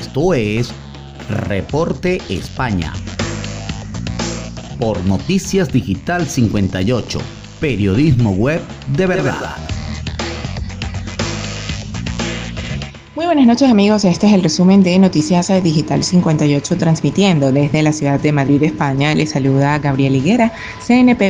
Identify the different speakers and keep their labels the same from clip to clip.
Speaker 1: Esto es Reporte España. Por Noticias Digital 58, periodismo web de verdad.
Speaker 2: Muy buenas noches, amigos, este es el resumen de Noticias Digital 58 transmitiendo desde la ciudad de Madrid, España. Les saluda Gabriel Higuera, CNP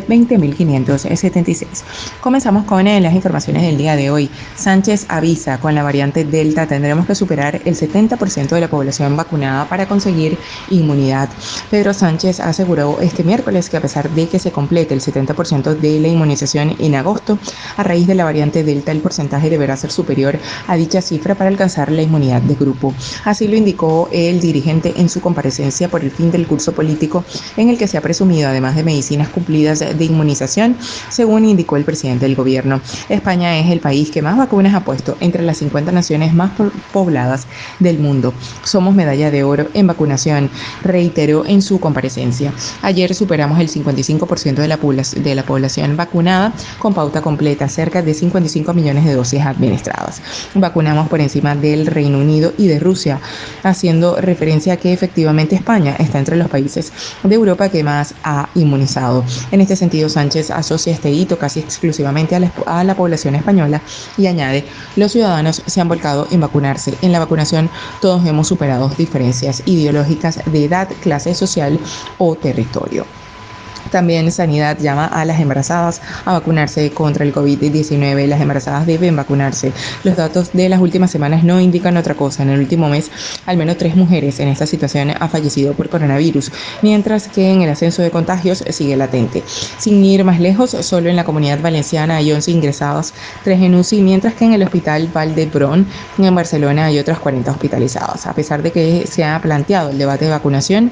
Speaker 2: 20576. Comenzamos con las informaciones del día de hoy. Sánchez avisa: con la variante Delta tendremos que superar el 70% de la población vacunada para conseguir inmunidad. Pedro Sánchez aseguró este miércoles que a pesar de que se complete el 70% de la inmunización en agosto, a raíz de la variante Delta el porcentaje deberá ser superior a dicha cifra para alcanzar la inmunidad de grupo. Así lo indicó el dirigente en su comparecencia por el fin del curso político, en el que se ha presumido, además de medicinas cumplidas, de inmunización, según indicó el presidente del gobierno. España es el país que más vacunas ha puesto entre las 50 naciones más pobladas del mundo. Somos medalla de oro en vacunación, reiteró en su comparecencia. Ayer superamos el 55% de la población vacunada con pauta completa, cerca de 55 millones de dosis administradas. Vacunamos por encima del Reino Unido y de Rusia, haciendo referencia a que efectivamente España está entre los países de Europa que más ha inmunizado. En este sentido, Sánchez asocia este hito casi exclusivamente a la población española y añade: los ciudadanos se han volcado en vacunarse. En la vacunación todos hemos superado diferencias ideológicas de edad, clase social o territorio. También Sanidad llama a las embarazadas a vacunarse contra el COVID-19. Las embarazadas deben vacunarse. Los datos de las últimas semanas no indican otra cosa. En el último mes, al menos 3 mujeres en esta situación han fallecido por coronavirus, mientras que en el ascenso de contagios sigue latente. Sin ir más lejos, solo en la Comunidad Valenciana hay 11 ingresadas, 3 en UCI, mientras que en el Hospital Vall d'Hebron, en Barcelona, hay otras 40 hospitalizadas. A pesar de que se ha planteado el debate de vacunación,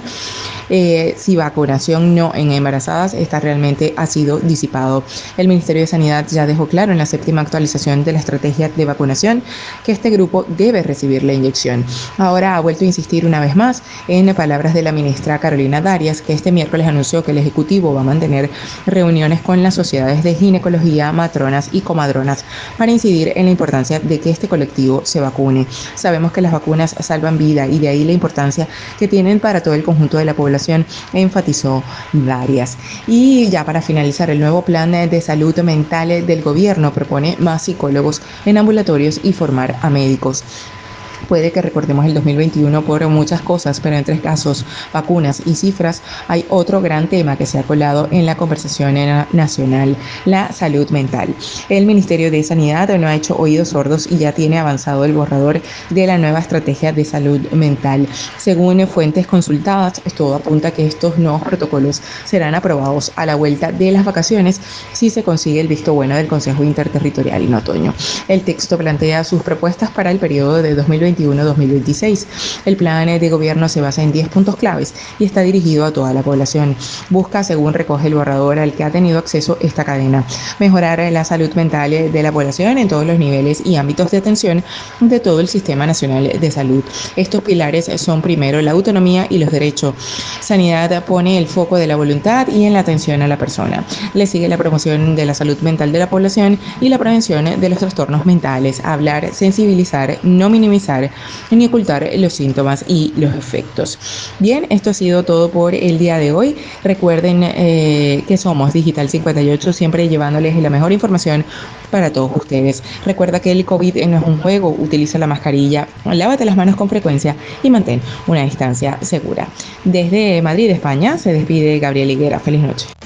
Speaker 2: si vacunación no en embarazadas, esta realmente ha sido disipado. El Ministerio de Sanidad ya dejó claro en la 7ª actualización de la estrategia de vacunación que este grupo debe recibir la inyección. Ahora ha vuelto a insistir una vez más en palabras de la ministra Carolina Darias, que este miércoles anunció que el Ejecutivo va a mantener reuniones con las sociedades de ginecología, matronas y comadronas para incidir en la importancia de que este colectivo se vacune. Sabemos que las vacunas salvan vida y de ahí la importancia que tienen para todo el conjunto de la población, enfatizó Darias. Y ya para finalizar, el nuevo plan de salud mental del gobierno propone más psicólogos en ambulatorios y formar a médicos. Puede que recordemos el 2021 por muchas cosas, pero entre casos, vacunas y cifras, hay otro gran tema que se ha colado en la conversación nacional: la salud mental. El Ministerio de Sanidad no ha hecho oídos sordos y ya tiene avanzado el borrador de la nueva estrategia de salud mental. Según fuentes consultadas, todo apunta a que estos nuevos protocolos serán aprobados a la vuelta de las vacaciones si se consigue el visto bueno del Consejo Interterritorial en otoño. El texto plantea sus propuestas para el periodo de 2021-2026. El plan de gobierno se basa en 10 puntos claves y está dirigido a toda la población. Busca, según recoge el borrador al que ha tenido acceso esta cadena, mejorar la salud mental de la población en todos los niveles y ámbitos de atención de todo el Sistema Nacional de Salud. Estos pilares son, primero, la autonomía y los derechos. Sanidad pone el foco de la voluntad y en la atención a la persona. Le sigue la promoción de la salud mental de la población y la prevención de los trastornos mentales. Hablar, sensibilizar, no minimizar ni ocultar los síntomas y los efectos. Bien, esto ha sido todo por el día de hoy. Recuerden que somos Digital 58, siempre llevándoles la mejor información para todos ustedes. Recuerda que el COVID no es un juego. Utiliza la mascarilla, lávate las manos con frecuencia y mantén una distancia segura. Desde Madrid, España, se despide Gabriel Higuera. Feliz noche.